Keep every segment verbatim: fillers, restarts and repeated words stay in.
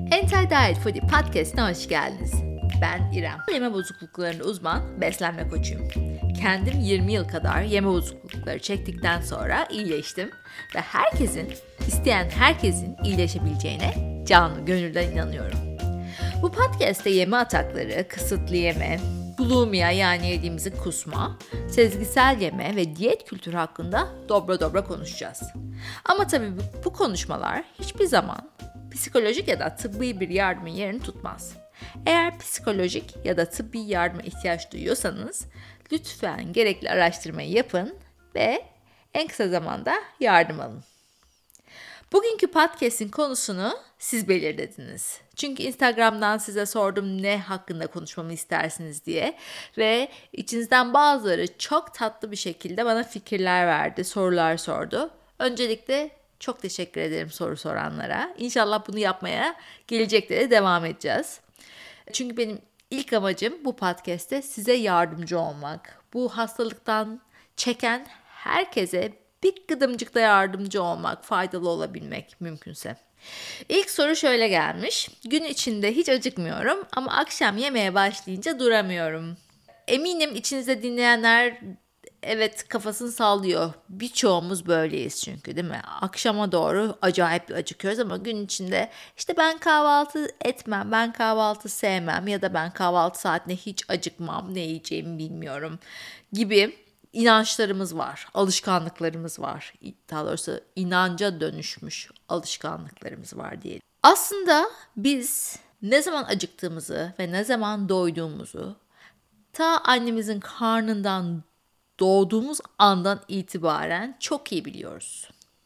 Enter Diet Foodie Podcast'ına hoş geldiniz. Ben İrem. Yeme bozukluklarında uzman, beslenme koçuyum. Kendim yirmi yıl kadar yeme bozuklukları çektikten sonra iyileştim ve herkesin, isteyen herkesin iyileşebileceğine canı gönülden inanıyorum. Bu podcast'te yeme atakları, kısıtlı yeme, bulimia yani yediğimizi kusma, sezgisel yeme ve diyet kültürü hakkında dobra dobra konuşacağız. Ama tabii bu, bu konuşmalar hiçbir zaman psikolojik ya da tıbbi bir yardımın yerini tutmaz. Eğer psikolojik ya da tıbbi yardıma ihtiyaç duyuyorsanız lütfen gerekli araştırmayı yapın ve en kısa zamanda yardım alın. Bugünkü podcast'in konusunu siz belirlediniz. Çünkü Instagram'dan size sordum ne hakkında konuşmamı istersiniz diye ve içinizden bazıları çok tatlı bir şekilde bana fikirler verdi, sorular sordu. Öncelikle çok teşekkür ederim soru soranlara. İnşallah bunu yapmaya gelecekte de devam edeceğiz. Çünkü benim ilk amacım bu podcast'te size yardımcı olmak. Bu hastalıktan çeken herkese bir gıdımcık da yardımcı olmak, faydalı olabilmek mümkünse. İlk soru şöyle gelmiş. Gün içinde hiç acıkmıyorum ama akşam yemeye başlayınca duramıyorum. Eminim içinizde dinleyenler evet kafasını sallıyor. Birçoğumuz böyleyiz çünkü değil mi? Akşama doğru acayip acıkıyoruz ama gün içinde işte ben kahvaltı etmem, ben kahvaltı sevmem ya da ben kahvaltı saatinde hiç acıkmam, ne yiyeceğimi bilmiyorum gibi inançlarımız var, alışkanlıklarımız var. Daha doğrusu inanca dönüşmüş alışkanlıklarımız var diyelim. Aslında biz ne zaman acıktığımızı ve ne zaman doyduğumuzu ta annemizin karnından doğduğumuz andan itibaren çok iyi biliyoruz.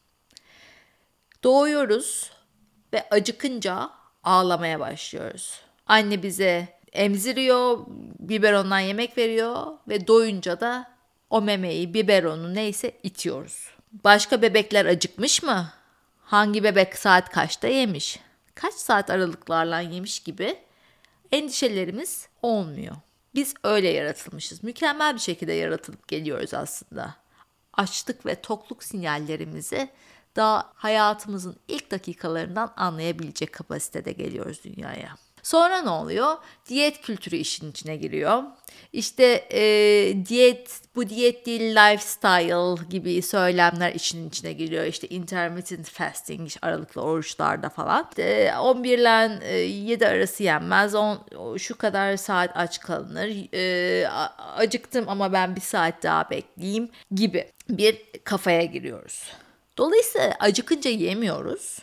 Doğuyoruz ve acıkınca ağlamaya başlıyoruz. Anne bize emziriyor, biberondan yemek veriyor ve doyunca da o memeyi, biberonu neyse itiyoruz. Başka bebekler acıkmış mı? Hangi bebek saat kaçta yemiş? Kaç saat aralıklarla yemiş gibi endişelerimiz olmuyor. Biz öyle yaratılmışız. Mükemmel bir şekilde yaratılıp geliyoruz aslında. Açlık ve tokluk sinyallerimizi daha hayatımızın ilk dakikalarından anlayabilecek kapasitede geliyoruz dünyaya. Sonra ne oluyor? Diyet kültürü işin içine giriyor. İşte e, diyet, bu diyet değil lifestyle gibi söylemler işin içine giriyor. İşte intermittent fasting, aralıklı oruçlarda falan. İşte on bir ile yedi arası yenmez, on, şu kadar saat aç kalınır, e, acıktım ama ben bir saat daha bekleyeyim gibi bir kafaya giriyoruz. Dolayısıyla acıkınca yemiyoruz.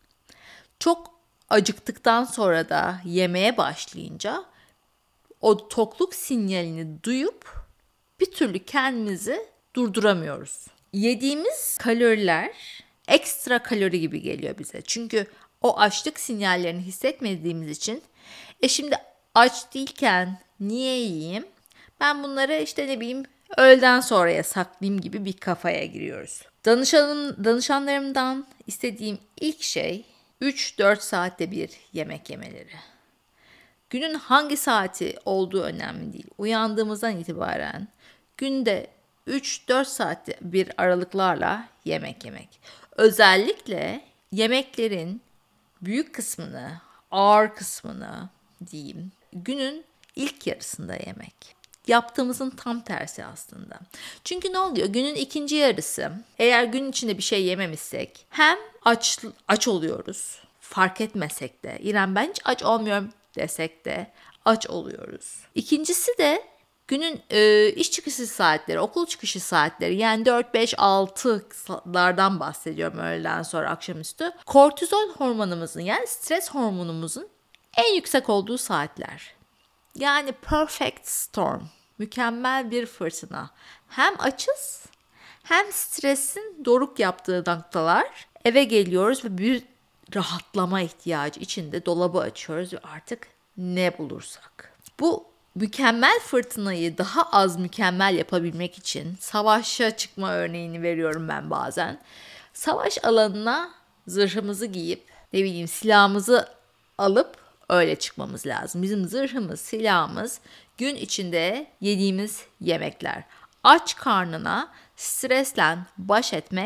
Çok acıktıktan sonra da yemeye başlayınca o tokluk sinyalini duyup bir türlü kendimizi durduramıyoruz. Yediğimiz kaloriler ekstra kalori gibi geliyor bize. Çünkü o açlık sinyallerini hissetmediğimiz için e şimdi aç değilken niye yiyeyim? Ben bunları işte ne bileyim öğleden sonraya saklayayım gibi bir kafaya giriyoruz. Danışanım, danışanlarımdan istediğim ilk şey üç dört saatte bir yemek yemeleri. Günün hangi saati olduğu önemli değil. Uyandığımızdan itibaren günde üç dört saatte bir aralıklarla yemek yemek. Özellikle yemeklerin büyük kısmını, ağır kısmını diyeyim, günün ilk yarısında yemek. Yaptığımızın tam tersi aslında. Çünkü ne oluyor? Günün ikinci yarısı eğer gün içinde bir şey yememişsek hem aç, aç oluyoruz fark etmesek de. İrem ben hiç aç olmuyorum desek de aç oluyoruz. İkincisi de günün e, iş çıkışı saatleri, okul çıkışı saatleri yani dört beş altılardan bahsediyorum öğleden sonra akşamüstü. Kortizol hormonumuzun yani stres hormonumuzun en yüksek olduğu saatler. Yani perfect storm, mükemmel bir fırtına. Hem açız hem stresin doruk yaptığı noktalar. Eve geliyoruz ve bir rahatlama ihtiyacı içinde dolabı açıyoruz ve artık ne bulursak. Bu mükemmel fırtınayı daha az mükemmel yapabilmek için savaşa çıkma örneğini veriyorum ben bazen. Savaş alanına zırhımızı giyip ne bileyim silahımızı alıp öyle çıkmamız lazım. Bizim zırhımız, silahımız gün içinde yediğimiz yemekler. Aç karnına stresle baş etmek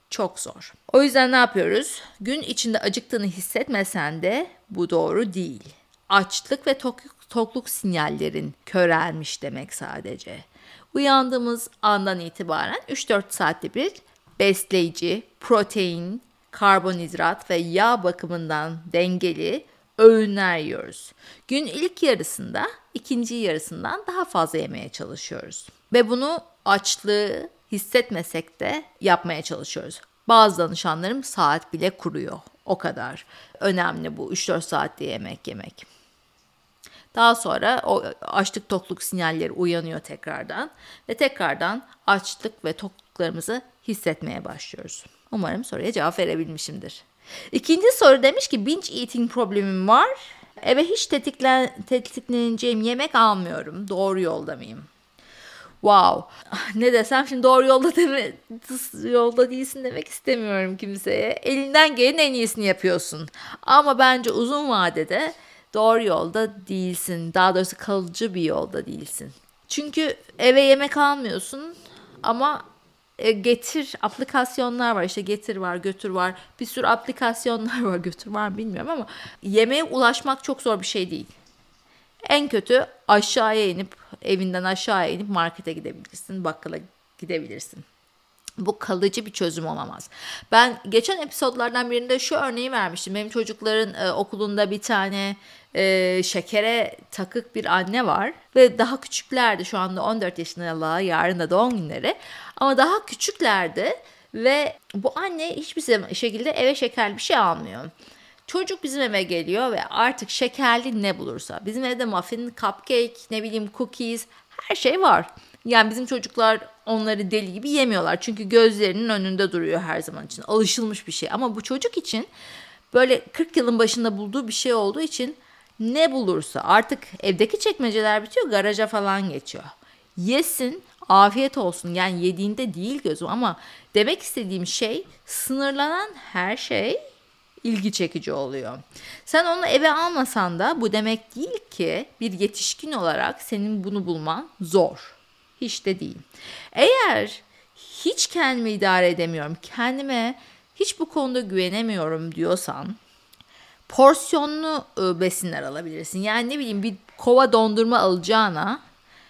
çok zor. O yüzden ne yapıyoruz? Gün içinde acıktığını hissetmesen de bu doğru değil. Açlık ve tok- tokluk sinyallerin körelmiş demek sadece. Uyandığımız andan itibaren üç dört saatte bir besleyici, protein, karbonhidrat ve yağ bakımından dengeli öğünler yiyoruz. Gün ilk yarısında ikinci yarısından daha fazla yemeye çalışıyoruz. Ve bunu açlığı hissetmesek de yapmaya çalışıyoruz. Bazı danışanlarım saat bile kuruyor. O kadar önemli bu üç dört saatte yemek yemek. Daha sonra o açlık tokluk sinyalleri uyanıyor tekrardan ve tekrardan açlık ve tokluklarımızı hissetmeye başlıyoruz. Umarım soruya cevap verebilmişimdir. İkinci soru demiş ki binge eating problemim var. Eve hiç tetiklen, tetikleneceğim yemek almıyorum. Doğru yolda mıyım? Wow. Ne desem şimdi doğru yolda deme, yolda değilsin demek istemiyorum kimseye. Elinden gelenin en iyisini yapıyorsun. Ama bence uzun vadede doğru yolda değilsin. Daha doğrusu kalıcı bir yolda değilsin. Çünkü eve yemek almıyorsun ama e, getir aplikasyonlar var. İşte getir var, götür var. Bir sürü aplikasyonlar var. Götür var mı bilmiyorum ama yemeğe ulaşmak çok zor bir şey değil. En kötü aşağıya inip evinden aşağıya inip markete gidebilirsin, bakkala gidebilirsin. Bu kalıcı bir çözüm olamaz. Ben geçen episodlardan birinde şu örneği vermiştim. Benim çocukların e, okulunda bir tane e, şekere takık bir anne var. Ve daha küçüklerdi, şu anda on dört yaşındalar, yarın da doğum günleri. Ama daha küçüklerdi ve bu anne hiçbir şekilde eve şekerli bir şey almıyor. Çocuk bizim eve geliyor ve artık şekerli ne bulursa. Bizim evde muffin, cupcake, ne bileyim cookies, her şey var. Yani bizim çocuklar onları deli gibi yemiyorlar. Çünkü gözlerinin önünde duruyor her zaman için. Alışılmış bir şey. Ama bu çocuk için böyle kırk yılın başında bulduğu bir şey olduğu için ne bulursa artık evdeki çekmeceler bitiyor, garaja falan geçiyor. Yesin, afiyet olsun. Yani yediğinde değil gözüm ama demek istediğim şey sınırlanan her şey ilgi çekici oluyor. Sen onu eve almasan da bu demek değil ki bir yetişkin olarak senin bunu bulman zor. Hiç de değil. Eğer hiç kendimi idare edemiyorum, kendime hiç bu konuda güvenemiyorum diyorsan porsiyonlu besinler alabilirsin. Yani ne bileyim bir kova dondurma alacağına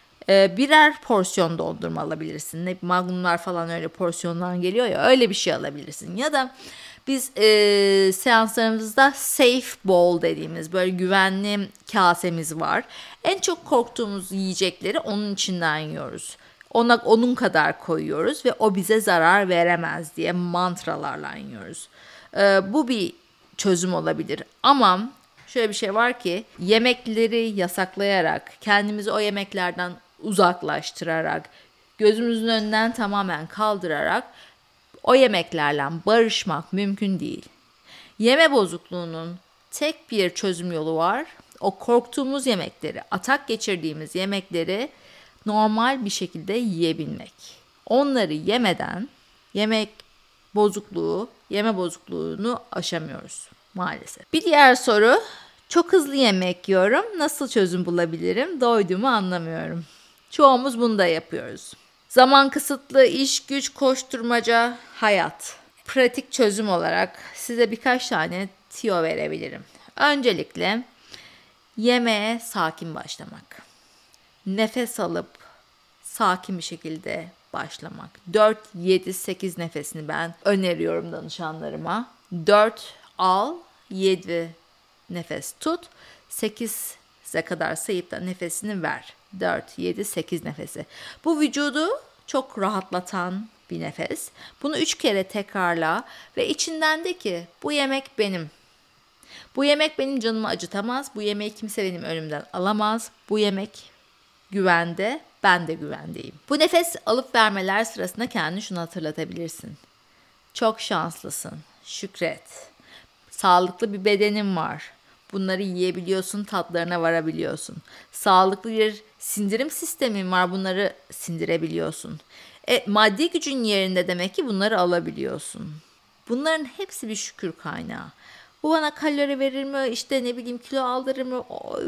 birer porsiyon dondurma alabilirsin. Ne Magnumlar falan öyle porsiyondan geliyor ya, öyle bir şey alabilirsin. Ya da biz e, seanslarımızda safe bowl dediğimiz böyle güvenli kasemiz var. En çok korktuğumuz yiyecekleri onun içinden yiyoruz. Ona onun kadar koyuyoruz ve o bize zarar veremez diye mantralarla yiyoruz. E, bu bir çözüm olabilir. Ama şöyle bir şey var ki yemekleri yasaklayarak, kendimizi o yemeklerden uzaklaştırarak, gözümüzün önünden tamamen kaldırarak o yemeklerle barışmak mümkün değil. Yeme bozukluğunun tek bir çözüm yolu var. O korktuğumuz yemekleri, atak geçirdiğimiz yemekleri normal bir şekilde yiyebilmek. Onları yemeden yemek bozukluğu, yeme bozukluğunu aşamıyoruz maalesef. Bir diğer soru, çok hızlı yemek yiyorum. Nasıl çözüm bulabilirim? Doyduğumu anlamıyorum. Çoğumuz bunu da yapıyoruz. Zaman kısıtlı, iş, güç, koşturmaca, hayat. Pratik çözüm olarak size birkaç tane tiyo verebilirim. Öncelikle yemeğe sakin başlamak. Nefes alıp sakin bir şekilde başlamak. dört, yedi, sekiz nefesini ben öneriyorum danışanlarıma. dört al, yedi nefes tut, sekize kadar sayıp da nefesini ver. dört, yedi, sekiz nefesi. Bu vücudu çok rahatlatan bir nefes. Bunu üç kere tekrarla ve içinden de ki bu yemek benim. Bu yemek benim canımı acıtamaz. Bu yemeği kimse benim önümden alamaz. Bu yemek güvende, ben de güvendeyim. Bu nefes alıp vermeler sırasında kendini şunu hatırlatabilirsin. Çok şanslısın, şükret. Sağlıklı bir bedenin var. Bunları yiyebiliyorsun, tatlarına varabiliyorsun. Sağlıklı bir sindirim sistemin var, bunları sindirebiliyorsun. E, maddi gücün yerinde demek ki bunları alabiliyorsun. Bunların hepsi bir şükür kaynağı. Bu bana kalori verir mi, işte ne bileyim kilo aldırır mı,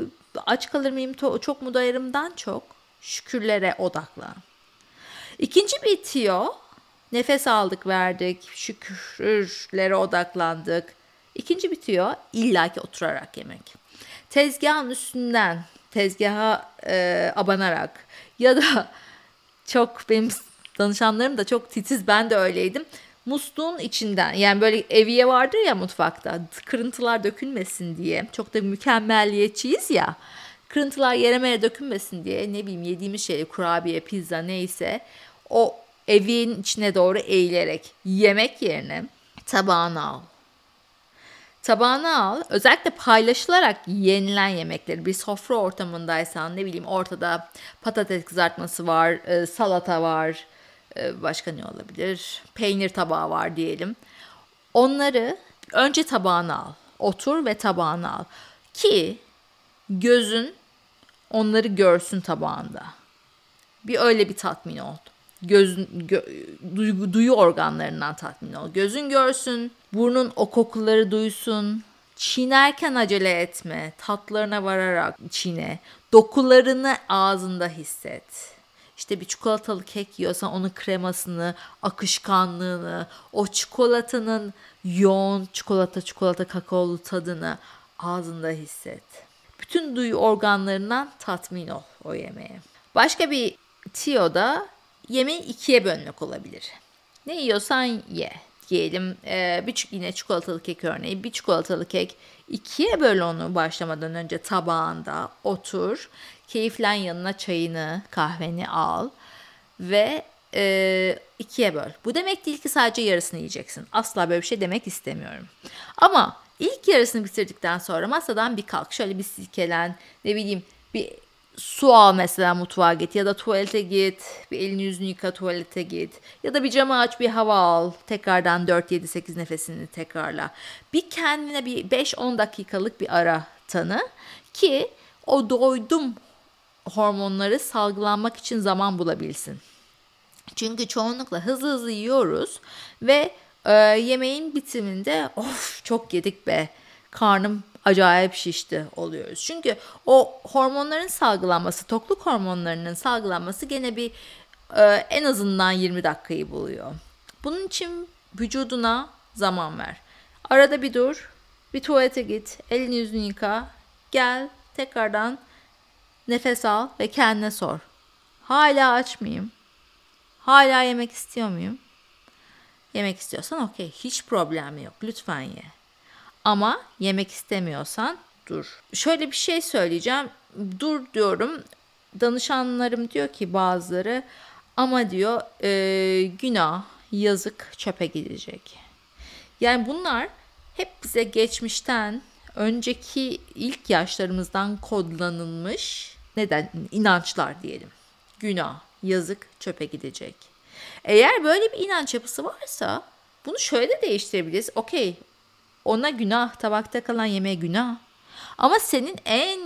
aç kalır mıyım, çok mu doyarımdan çok şükürlere odaklan. İkinci bir tiyo, Nefes aldık verdik. Şükürlere odaklandık. İkinci bitiyor. İllaki oturarak yemek. Tezgahın üstünden tezgaha e, abanarak ya da çok benim danışanlarım da çok titiz, ben de öyleydim. Musluğun içinden, yani böyle eviye vardır ya mutfakta, kırıntılar dökülmesin diye, çok da mükemmelliyetçiyiz ya, kırıntılar yere mere dökülmesin diye, ne bileyim yediğimiz şey kurabiye, pizza neyse o evin içine doğru eğilerek yemek yerine tabağına al. Tabağına al. Özellikle paylaşılarak yenilen yemekleri, bir sofra ortamındaysan, ne bileyim ortada patates kızartması var, e, salata var, e, başka ne olabilir? Peynir tabağı var diyelim. Onları önce tabağına al. Otur ve tabağına al. Ki gözün onları görsün tabağında. Bir öyle bir tatmin ol. Gözün, gö, duyu, duyu organlarından tatmin ol. Gözün görsün, burnun o kokuları duysun. Çiğnerken acele etme. Tatlarına vararak çiğne. Dokularını ağzında hisset. İşte bir çikolatalı kek yiyorsan onun kremasını, akışkanlığını, o çikolatanın yoğun çikolata çikolata kakaolu tadını ağzında hisset. Bütün duyu organlarından tatmin ol o yemeğe. Başka bir tiyoda yemeği ikiye bölmek olabilir. Ne yiyorsan ye. Diyelim e, bir yine çikolatalı kek örneği. Bir çikolatalı kek, ikiye böl onu başlamadan önce tabağında. Otur. Keyiflen, yanına çayını, kahveni al. Ve e, ikiye böl. Bu demek değil ki sadece yarısını yiyeceksin. Asla böyle bir şey demek istemiyorum. Ama ilk yarısını bitirdikten sonra masadan bir kalk. Şöyle bir silkelen, ne bileyim bir su al mesela, mutfağa git ya da tuvalete git, bir elini yüzünü yıka, tuvalete git ya da bir camı aç, bir hava al, tekrardan dört yedi sekiz nefesini tekrarla. Bir kendine bir beş on dakikalık bir ara tanı ki o doydum hormonları salgılanmak için zaman bulabilsin. Çünkü çoğunlukla hızlı hızlı yiyoruz ve e, yemeğin bitiminde of çok yedik be, karnım acayip şişti oluyoruz. Çünkü o hormonların salgılanması, tokluk hormonlarının salgılanması gene bir e, en azından yirmi dakikayı buluyor. Bunun için vücuduna zaman ver. Arada bir dur, bir tuvalete git, elini yüzünü yıka, gel tekrardan nefes al ve kendine sor. Hala aç mıyım? Hala yemek istiyor muyum? Yemek istiyorsan okey, hiç problemi yok, lütfen ye. Ama yemek istemiyorsan dur. Şöyle bir şey söyleyeceğim. Dur diyorum. Danışanlarım diyor ki bazıları, ama diyor e, günah, yazık, çöpe gidecek. Yani bunlar hep bize geçmişten, önceki ilk yaşlarımızdan kodlanılmış neden inançlar diyelim. Günah, yazık, çöpe gidecek. Eğer böyle bir inanç yapısı varsa bunu şöyle değiştirebiliriz. Okey, ona günah, tabakta kalan yemeğe günah. Ama senin en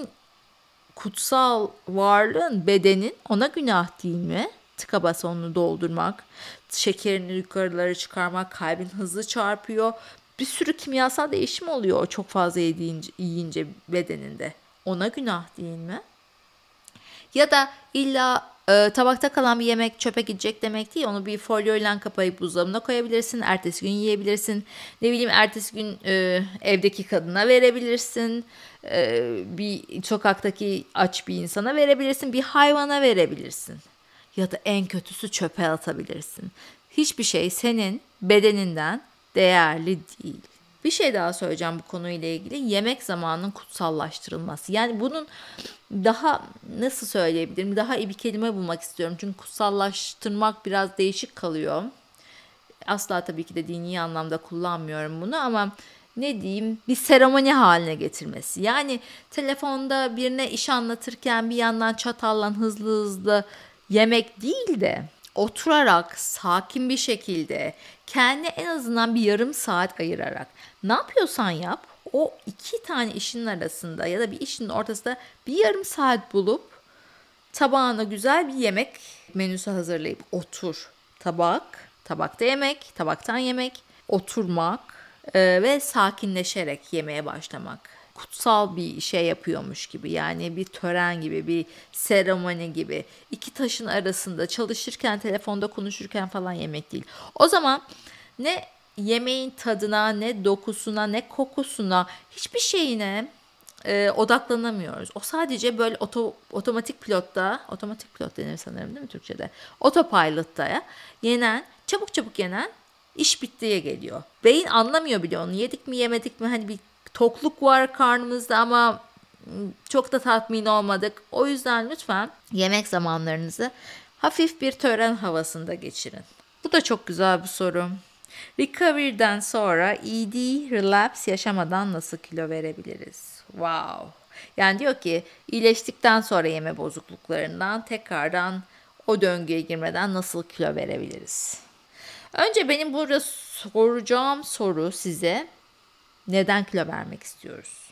kutsal varlığın, bedenin, ona günah değil mi? Tıka basa onu doldurmak, şekerini yukarılara çıkarmak, kalbin hızlı çarpıyor. Bir sürü kimyasal değişim oluyor çok fazla yediğince, yiyince bedeninde. Ona günah değil mi? Ya da illa e, tabakta kalan bir yemek çöpe gidecek demek değil. Onu bir folyoyla kapayıp buzdolabına koyabilirsin. Ertesi gün yiyebilirsin. Ne bileyim ertesi gün e, evdeki kadına verebilirsin. E, bir sokaktaki aç bir insana verebilirsin. Bir hayvana verebilirsin. Ya da en kötüsü çöpe atabilirsin. Hiçbir şey senin bedeninden değerli değil. Bir şey daha söyleyeceğim bu konuyla ilgili. Yemek zamanının kutsallaştırılması. Yani bunun daha nasıl söyleyebilirim? Daha iyi bir kelime bulmak istiyorum. Çünkü kutsallaştırmak biraz değişik kalıyor. Asla tabii ki de dini anlamda kullanmıyorum bunu ama ne diyeyim, bir seremoni haline getirmesi. Yani telefonda birine iş anlatırken bir yandan çatalla hızlı hızlı yemek değil de oturarak sakin bir şekilde kendine en azından bir yarım saat ayırarak ne yapıyorsan yap, o iki tane işin arasında ya da bir işin ortasında bir yarım saat bulup tabağına güzel bir yemek menüsü hazırlayıp otur. Tabak, tabakta yemek, tabaktan yemek, oturmak Ee, ve sakinleşerek yemeye başlamak. Kutsal bir şey yapıyormuş gibi, yani bir tören gibi, bir seremoni gibi. İki taşın arasında çalışırken, telefonda konuşurken falan yemek değil. O zaman ne yemeğin tadına, ne dokusuna, ne kokusuna, hiçbir şeyine e, odaklanamıyoruz. O sadece böyle oto, otomatik pilotta, otomatik pilot denir sanırım değil mi Türkçe'de? Otopilot'ta yenen, çabuk çabuk yenen iş bittiye geliyor. Beyin anlamıyor bile onu. Yedik mi yemedik mi, hani bir tokluk var karnımızda ama çok da tatmin olmadık. O yüzden lütfen yemek zamanlarınızı hafif bir tören havasında geçirin. Bu da çok güzel bir soru. Recovery'den sonra E D relapse yaşamadan nasıl kilo verebiliriz? Wow. Yani diyor ki iyileştikten sonra yeme bozukluklarından tekrardan o döngüye girmeden nasıl kilo verebiliriz? Önce benim burada soracağım soru size, neden kilo vermek istiyoruz?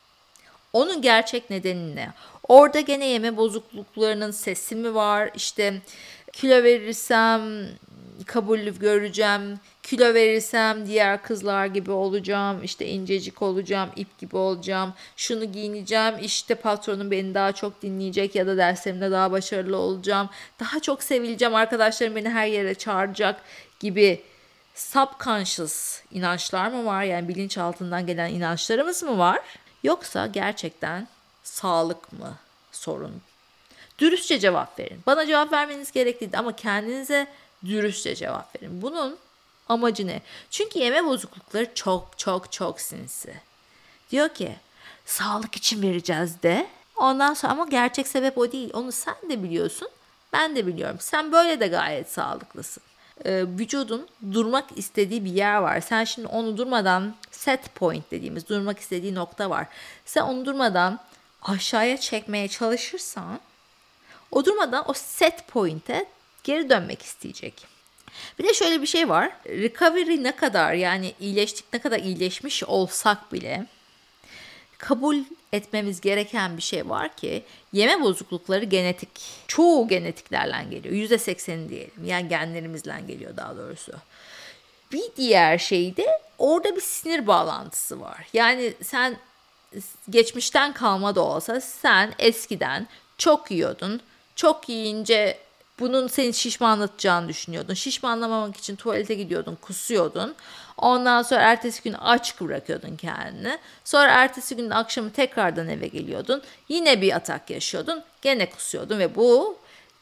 Onun gerçek nedeni ne? Orada gene yeme bozukluklarının sesi mi var? İşte kilo verirsem kabul göreceğim, kilo verirsem diğer kızlar gibi olacağım, işte incecik olacağım, ip gibi olacağım, şunu giyineceğim, işte patronum beni daha çok dinleyecek ya da derslerimde daha başarılı olacağım, daha çok sevileceğim, arkadaşlarım beni her yere çağıracak gibi subconscious inançlar mı var? Yani bilinçaltından gelen inançlarımız mı var? Yoksa gerçekten sağlık mı sorun? Dürüstçe cevap verin. Bana cevap vermeniz gerekliydi ama kendinize dürüstçe cevap verin. Bunun amacı ne? Çünkü yeme bozuklukları çok çok çok sinsi. Diyor ki sağlık için vereceğiz de. Ondan sonra ama gerçek sebep o değil. Onu sen de biliyorsun. Ben de biliyorum. Sen böyle de gayet sağlıklısın. Ee, vücudun durmak istediği bir yer var. Sen şimdi onu durmadan set point dediğimiz durmak istediği nokta var. Sen onu durmadan aşağıya çekmeye çalışırsan o durmadan o set point'e geri dönmek isteyecek. Bir de şöyle bir şey var. Recovery ne kadar, yani iyileştik, ne kadar iyileşmiş olsak bile kabul etmemiz gereken bir şey var ki yeme bozuklukları genetik. Çoğu genetiklerle geliyor. yüzde sekseni diyelim. Yani genlerimizle geliyor daha doğrusu. Bir diğer şey de orada bir sinir bağlantısı var. Yani sen geçmişten kalma da olsa sen eskiden çok yiyordun. Çok yiyince bunun seni şişmanlatacağını düşünüyordun. Şişmanlamamak için tuvalete gidiyordun, kusuyordun. Ondan sonra ertesi gün aç bırakıyordun kendini. Sonra ertesi gün akşamı tekrardan eve geliyordun. Yine bir atak yaşıyordun. Gene kusuyordun ve bu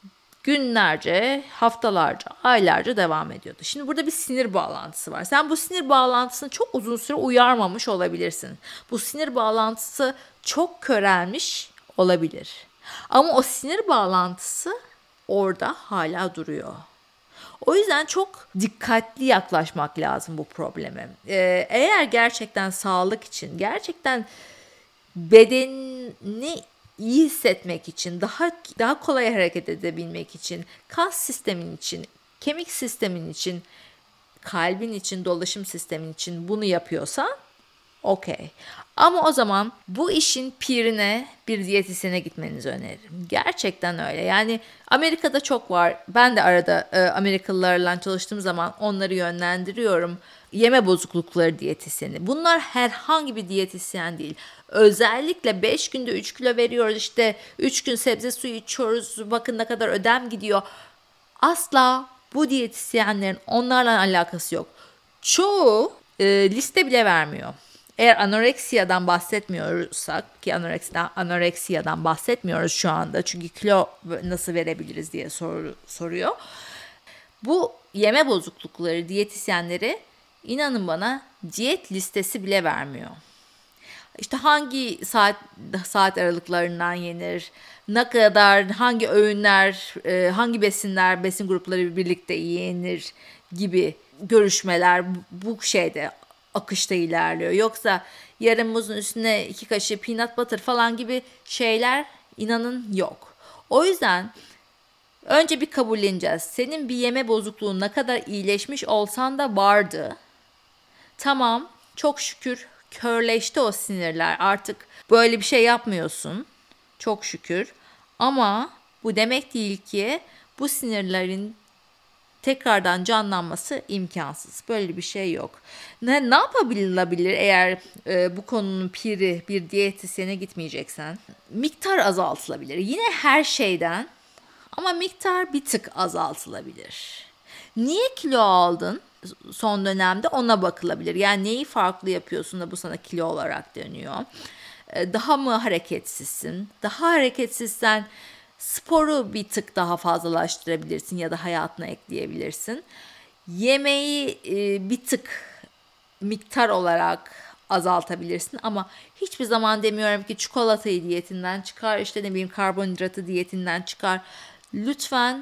günlerce, haftalarca, aylarca devam ediyordu. Şimdi burada bir sinir bağlantısı var. Sen bu sinir bağlantısını çok uzun süre uyarmamış olabilirsin. Bu sinir bağlantısı çok körelmiş olabilir. Ama o sinir bağlantısı orada hala duruyor. O yüzden çok dikkatli yaklaşmak lazım bu probleme. Ee, eğer gerçekten sağlık için, gerçekten bedenini iyi hissetmek için, daha daha kolay hareket edebilmek için, kas sistemin için, kemik sistemin için, kalbin için, dolaşım sistemin için bunu yapıyorsan okey. Ama o zaman bu işin pirine bir diyetisyene gitmenizi öneririm. Gerçekten öyle. Yani Amerika'da çok var. Ben de arada e, Amerikalılarla çalıştığım zaman onları yönlendiriyorum. Yeme bozuklukları diyetisyeni. Bunlar herhangi bir diyetisyen değil. Özellikle beş günde üç kilo veriyoruz. İşte üç gün sebze suyu içiyoruz. Bakın ne kadar ödem gidiyor. Asla bu diyetisyenlerin onlarla alakası yok. Çoğu e, liste bile vermiyor. Eğer anoreksiyadan bahsetmiyorsak, ki anoreksiden, anoreksiyadan bahsetmiyoruz şu anda çünkü kilo nasıl verebiliriz diye sor, soruyor. Bu yeme bozuklukları diyetisyenleri inanın bana diyet listesi bile vermiyor. İşte hangi saat saat aralıklarından yenir, ne kadar, hangi öğünler, hangi besinler, besin grupları birlikte yenir gibi görüşmeler bu şeyde akışta ilerliyor. Yoksa yarım muzun üstüne iki kaşık peanut butter falan gibi şeyler inanın yok. O yüzden önce bir kabulleneceğiz. Senin bir yeme bozukluğun ne kadar iyileşmiş olsan da vardı. Tamam, çok şükür körleşti o sinirler. Artık böyle bir şey yapmıyorsun. Çok şükür. Ama bu demek değil ki bu sinirlerin tekrardan canlanması imkansız. Böyle bir şey yok. Ne, ne yapabilir eğer e, bu konunun piri bir diyetisyene gitmeyeceksen? Miktar azaltılabilir. Yine her şeyden ama miktar bir tık azaltılabilir. Niye kilo aldın son dönemde ona bakılabilir. Yani neyi farklı yapıyorsun da bu sana kilo olarak dönüyor. E, daha mı hareketsizsin? Daha hareketsizsen sporu bir tık daha fazlalaştırabilirsin ya da hayatına ekleyebilirsin. Yemeği e, bir tık miktar olarak azaltabilirsin ama hiçbir zaman demiyorum ki çikolatayı diyetinden çıkar, işte ne bileyim karbonhidratı diyetinden çıkar. Lütfen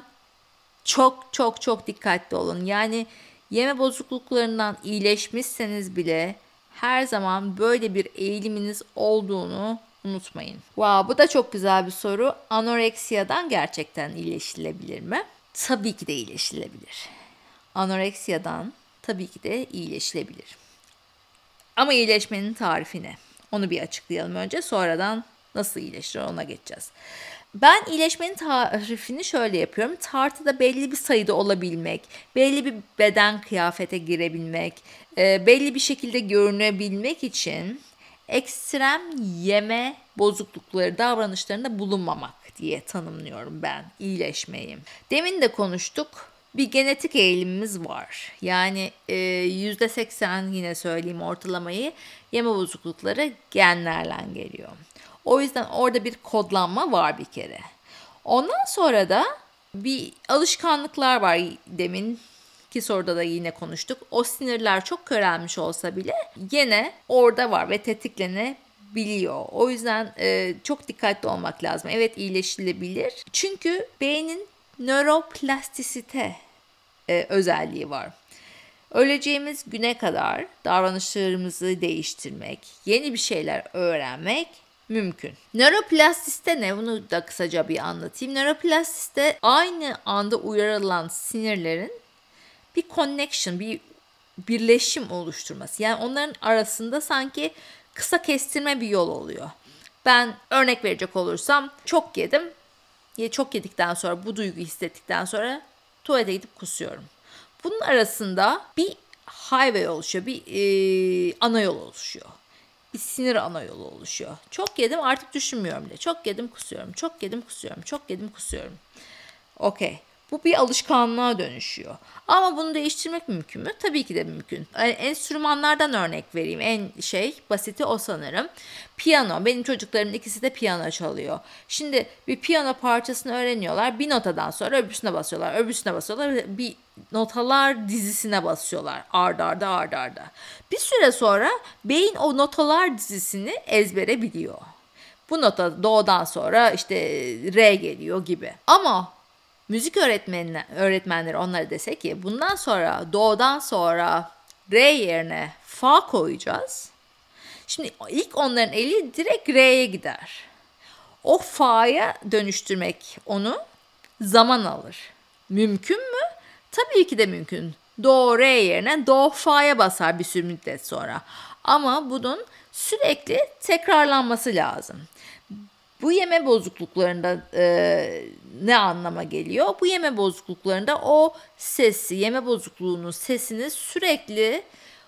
çok çok çok dikkatli olun. Yani yeme bozukluklarından iyileşmişseniz bile her zaman böyle bir eğiliminiz olduğunu unutmayın. Wow, bu da çok güzel bir soru. Anoreksiyadan gerçekten iyileşilebilir mi? Tabii ki de iyileşilebilir. Anoreksiyadan tabii ki de iyileşilebilir. Ama iyileşmenin tarifi ne? Onu bir açıklayalım önce. Sonradan nasıl iyileşir ona geçeceğiz. Ben iyileşmenin tarifini şöyle yapıyorum. Tartıda belli bir sayıda olabilmek, belli bir beden kıyafete girebilmek, belli bir şekilde görünebilmek için ekstrem yeme bozuklukları davranışlarında bulunmamak diye tanımlıyorum ben iyileşmeyi. Demin de konuştuk. Bir genetik eğilimimiz var. Yani e, yüzde seksen yine söyleyeyim ortalamayı yeme bozuklukları genlerden geliyor. O yüzden orada bir kodlanma var bir kere. Ondan sonra da bir alışkanlıklar var demin ki soruda da yine konuştuk. O sinirler çok körelmiş olsa bile yine orada var ve tetiklenebiliyor. O yüzden e, çok dikkatli olmak lazım. Evet iyileşilebilir. Çünkü beynin nöroplastisite e, özelliği var. Öleceğimiz güne kadar davranışlarımızı değiştirmek, yeni bir şeyler öğrenmek mümkün. Nöroplastisite ne? Bunu da kısaca bir anlatayım. Nöroplastisite aynı anda uyarılan sinirlerin bir connection, bir birleşim oluşturması. Yani onların arasında sanki kısa kestirme bir yol oluyor. Ben örnek verecek olursam çok yedim. Çok yedikten sonra bu duyguyu hissettikten sonra tuvalete gidip kusuyorum. Bunun arasında bir highway oluşuyor, bir e, ana yol oluşuyor. Bir sinir ana yolu oluşuyor. Çok yedim artık düşünmüyorum bile. Çok yedim kusuyorum, çok yedim kusuyorum, çok yedim kusuyorum. Okey. Bu bir alışkanlığa dönüşüyor. Ama bunu değiştirmek mümkün mü? Tabii ki de mümkün. Yani enstrümanlardan örnek vereyim. En şey basiti o sanırım. Piyano. Benim çocuklarımın ikisi de piyano çalıyor. Şimdi bir piyano parçasını öğreniyorlar. Bir notadan sonra öbürsüne basıyorlar. Öbürsüne basıyorlar. Bir notalar dizisine basıyorlar. Arda arda arda arda. Bir süre sonra beyin o notalar dizisini ezbere biliyor. Bu nota do'dan sonra işte re geliyor gibi. Ama müzik öğretmenler, öğretmenleri onlara dese ki bundan sonra do'dan sonra re yerine fa koyacağız. Şimdi ilk onların eli direkt re'ye gider. O fa'ya dönüştürmek onu zaman alır. Mümkün mü? Tabii ki de mümkün. Do, re yerine do, fa'ya basar bir sürü müddet sonra. Ama bunun sürekli tekrarlanması lazım. Bu yeme bozukluklarında e, ne anlama geliyor? Bu yeme bozukluklarında o sesi, yeme bozukluğunun sesini sürekli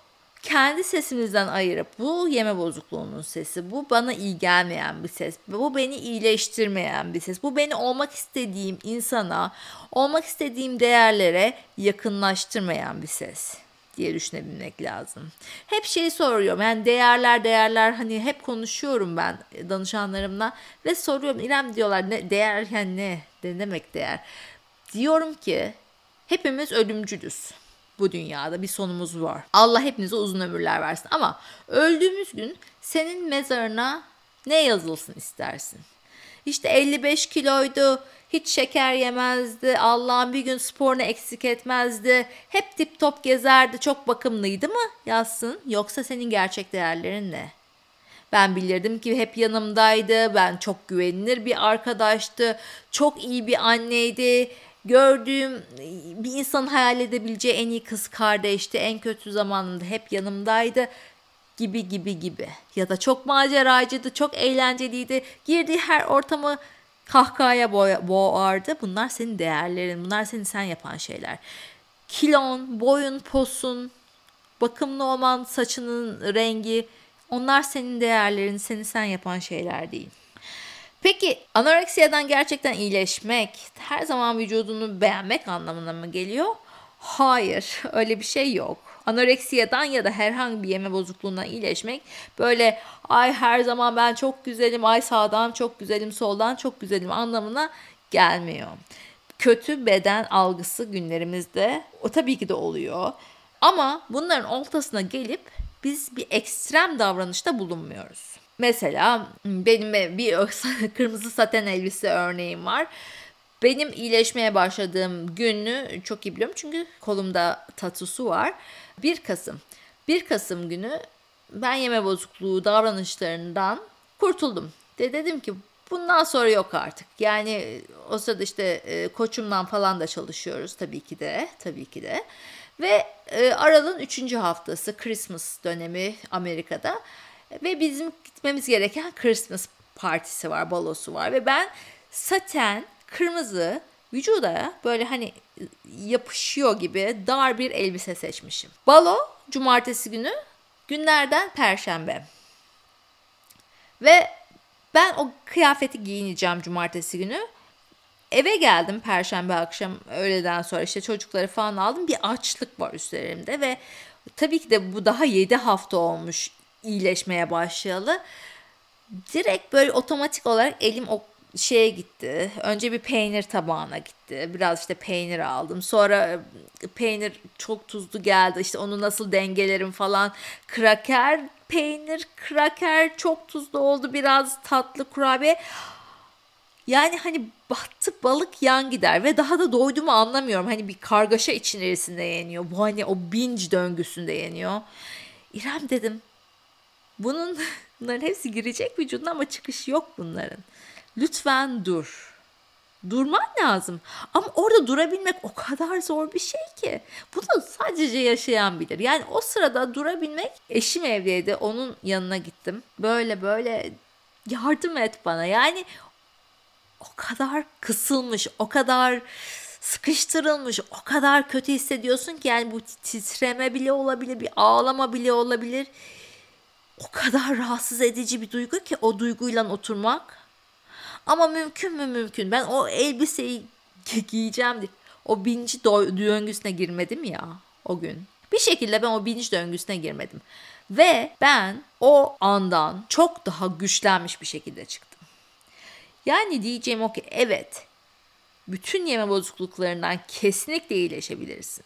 kendi sesimizden ayırıp bu yeme bozukluğunun sesi, bu bana iyi gelmeyen bir ses, bu beni iyileştirmeyen bir ses, bu beni olmak istediğim insana, olmak istediğim değerlere yakınlaştırmayan bir ses diye düşünebilmek lazım. Hep şeyi soruyorum yani değerler değerler hani hep konuşuyorum ben danışanlarımla ve soruyorum İrem diyorlar ne değer yani ne, ne demek değer? Diyorum ki hepimiz ölümcülüz. Bu dünyada bir sonumuz var. Allah hepinize uzun ömürler versin ama öldüğümüz gün senin mezarına ne yazılsın istersin? İşte elli beş kiloydu, hiç şeker yemezdi, Allah'ın bir gün sporunu eksik etmezdi, hep tip top gezerdi, çok bakımlıydı mı yazsın? Yoksa senin gerçek değerlerin ne? Ben bilirdim ki hep yanımdaydı, ben çok güvenilir bir arkadaştı, çok iyi bir anneydi, gördüğüm bir insanın hayal edebileceği en iyi kız kardeşti, en kötü zamanımda hep yanımdaydı gibi gibi gibi. Ya da çok maceracıydı, çok eğlenceliydi, girdiği her ortamı kahkahaya boğardı. Bunlar senin değerlerin, bunlar seni sen yapan şeyler. kilon, boyun, posun, bakımlı olman, saçının rengi, onlar senin değerlerin, seni sen yapan şeyler değil. Peki anoreksiyadan gerçekten iyileşmek her zaman vücudunu beğenmek anlamına mı geliyor? Hayır, öyle bir şey yok. Anoreksiyadan ya da herhangi bir yeme bozukluğundan iyileşmek böyle ay her zaman ben çok güzelim, ay sağdan çok güzelim, soldan çok güzelim anlamına gelmiyor. Kötü beden algısı günlerimizde o tabii ki de oluyor. Ama bunların ortasına gelip biz bir ekstrem davranışta bulunmuyoruz. Mesela benim bir kırmızı saten elbise örneğim var. Benim iyileşmeye başladığım günü çok iyi biliyorum çünkü kolumda tatusu var. bir Kasım. bir Kasım günü ben yeme bozukluğu davranışlarından kurtuldum. De dedim ki bundan sonra yok artık. Yani o sırada işte e, koçumdan falan da çalışıyoruz tabii ki de, tabii ki de. Ve e, Aralık'ın üçüncü haftası Christmas dönemi Amerika'da. Ve bizim gitmemiz gereken Christmas partisi var, balosu var. Ve ben saten, kırmızı, vücuda böyle hani yapışıyor gibi dar bir elbise seçmişim. Balo cumartesi günü, günlerden perşembe. Ve ben o kıyafeti giyineceğim cumartesi günü. Eve geldim perşembe akşam öğleden sonra işte çocukları falan aldım. Bir açlık var üstlerimde ve tabii ki de bu daha yedi hafta olmuş iyileşmeye başlayalı. Direkt böyle otomatik olarak elim o şeye gitti. Önce bir peynir tabağına gitti. Biraz işte peynir aldım. Sonra peynir çok tuzlu geldi. İşte onu nasıl dengelerim falan. Kraker, peynir, kraker çok tuzlu oldu. Biraz tatlı kurabiye. Yani hani battı balık yan gider ve daha da doyduğumu anlamıyorum. Hani bir kargaşa içerisinde yeniyor. Bu hani o binge döngüsünde yeniyor. İrem dedim. Bunun bunların hepsi girecek vücuduna ama çıkışı yok bunların. Lütfen dur. Durman lazım. Ama orada durabilmek o kadar zor bir şey ki. Bunu sadece yaşayan bilir. Yani o sırada durabilmek, eşim evdeydi. Onun yanına gittim. Böyle böyle yardım et bana. Yani o kadar kısılmış, o kadar sıkıştırılmış, o kadar kötü hissediyorsun ki yani bu titreme bile olabilir, bir ağlama bile olabilir. O kadar rahatsız edici bir duygu ki o duyguyla oturmak. Ama mümkün mü mümkün. Ben o elbiseyi giyeceğim diye o binci döngüsüne girmedim ya o gün. Bir şekilde ben o binci döngüsüne girmedim. Ve ben o andan çok daha güçlenmiş bir şekilde çıktım. Yani diyeceğim o ki evet, bütün yeme bozukluklarından kesinlikle iyileşebilirsin.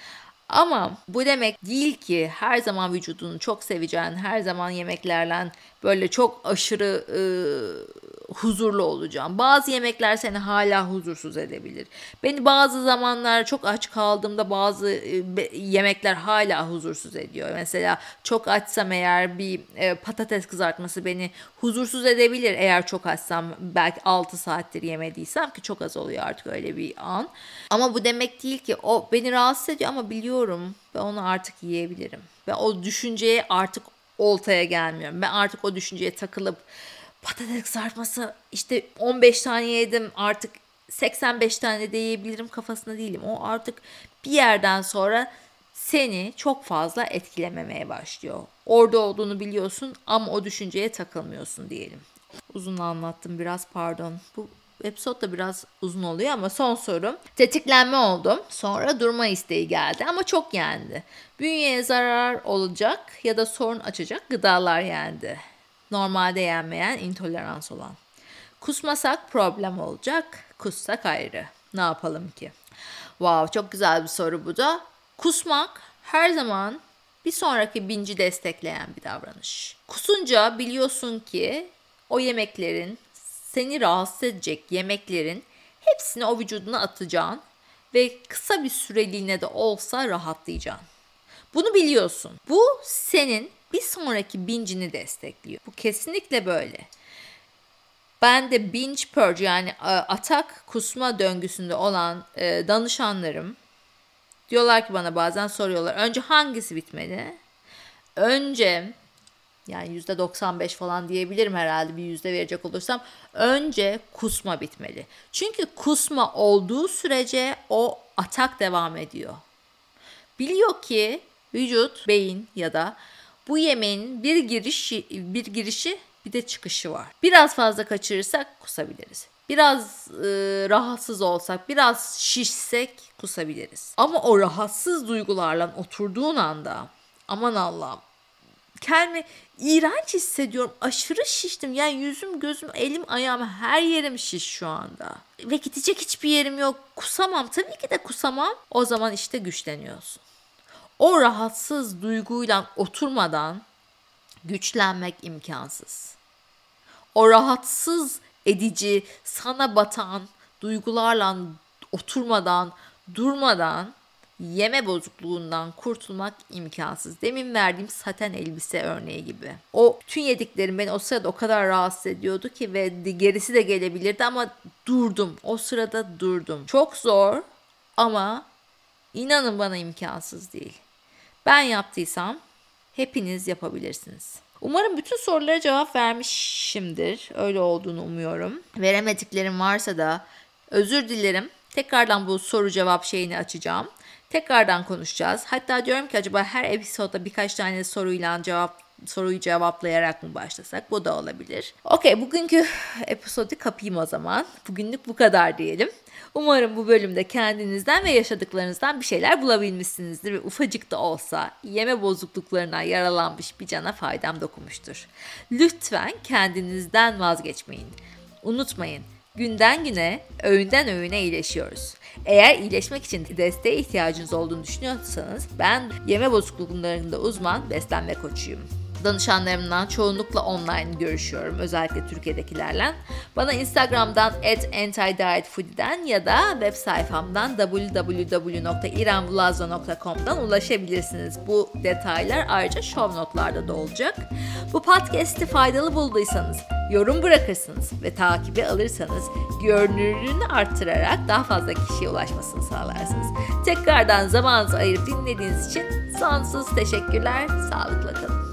Ama bu demek değil ki her zaman vücudunu çok seveceğin, her zaman yemeklerle böyle çok aşırı e, huzurlu olacağım. Bazı yemekler seni hala huzursuz edebilir. Beni bazı zamanlar çok aç kaldığımda bazı e, be, yemekler hala huzursuz ediyor. Mesela çok açsam eğer bir e, patates kızartması beni huzursuz edebilir eğer çok açsam. Belki altı saattir yemediysem ki çok az oluyor artık öyle bir an. Ama bu demek değil ki o beni rahatsız ediyor ama biliyorum ben onu artık yiyebilirim. Ben o düşünceye artık oltaya gelmiyorum. Ben artık o düşünceye takılıp patates kızartması işte on beş tane yedim artık seksen beş tane de yiyebilirim kafasında değilim. O artık bir yerden sonra seni çok fazla etkilememeye başlıyor. Orada olduğunu biliyorsun ama o düşünceye takılmıyorsun diyelim. Uzun anlattım biraz, pardon. Bu episode da biraz uzun oluyor ama son sorum. Tetiklenme oldum. Sonra durma isteği geldi ama çok yendi. Bünyeye zarar olacak ya da sorun açacak gıdalar yendi. Normalde yenmeyen, intolerans olan. Kusmasak problem olacak, kussak ayrı. Ne yapalım ki? Wow, çok güzel bir soru bu da. Kusmak her zaman bir sonraki binci destekleyen bir davranış. Kusunca biliyorsun ki o yemeklerin, seni rahatsız edecek yemeklerin hepsini o vücuduna atacaksın ve kısa bir süreliğine de olsa rahatlayacaksın. Bunu biliyorsun. Bu senin bir sonraki bincini destekliyor. Bu kesinlikle böyle. Ben de binge purge yani atak kusma döngüsünde olan e, danışanlarım diyorlar ki bana, bazen soruyorlar. Önce hangisi bitmeli? Önce yani yüzde doksan beş falan diyebilirim herhalde bir yüzde verecek olursam. Önce kusma bitmeli. Çünkü kusma olduğu sürece o atak devam ediyor. Biliyor ki vücut, beyin ya da bu yemeğin bir girişi, bir girişi bir de çıkışı var. Biraz fazla kaçırırsak kusabiliriz. Biraz e, rahatsız olsak, biraz şişsek kusabiliriz. Ama o rahatsız duygularla oturduğun anda aman Allah'ım kendimi iğrenç hissediyorum. Aşırı şiştim. Yani yüzüm, gözüm, elim, ayağım her yerim şiş şu anda. Ve gidecek hiçbir yerim yok. Kusamam. Tabii ki de kusamam. O zaman işte güçleniyorsun. O rahatsız duyguyla oturmadan güçlenmek imkansız. O rahatsız edici, sana batan duygularla oturmadan, durmadan yeme bozukluğundan kurtulmak imkansız. Demin verdiğim saten elbise örneği gibi. O bütün yediklerim beni o sırada o kadar rahatsız ediyordu ki ve gerisi de gelebilirdi ama durdum. O sırada durdum. Çok zor ama inanın bana imkansız değil. Ben yaptıysam hepiniz yapabilirsiniz. Umarım bütün sorulara cevap vermişimdir. Öyle olduğunu umuyorum. Veremediklerim varsa da özür dilerim. Tekrardan bu soru cevap şeyini açacağım. Tekrardan konuşacağız. Hatta diyorum ki acaba her episodda birkaç tane soruyla cevap soruyu cevaplayarak mı başlasak? Bu da olabilir. Okey, bugünkü episodu kapayım o zaman. Bugünlük bu kadar diyelim. Umarım bu bölümde kendinizden ve yaşadıklarınızdan bir şeyler bulabilmişsinizdir ve ufacık da olsa yeme bozukluklarına yaralanmış bir cana faydam dokunmuştur. Lütfen kendinizden vazgeçmeyin. Unutmayın, günden güne, öğünden öğüne iyileşiyoruz. Eğer iyileşmek için desteğe ihtiyacınız olduğunu düşünüyorsanız ben yeme bozukluklarında uzman beslenme koçuyum. Danışanlarımdan çoğunlukla online görüşüyorum. Özellikle Türkiye'dekilerle. Bana Instagram'dan at antidietfoodie'den ya da web sayfamdan double-u double-u double-u nokta irembulazzo nokta com'dan ulaşabilirsiniz. Bu detaylar ayrıca show notlarda da olacak. Bu podcast'i faydalı bulduysanız, yorum bırakırsınız ve takibi alırsanız görünürlüğünü arttırarak daha fazla kişiye ulaşmasını sağlarsınız. Tekrardan zamanınızı ayırıp dinlediğiniz için sonsuz teşekkürler. Sağlıkla kalın.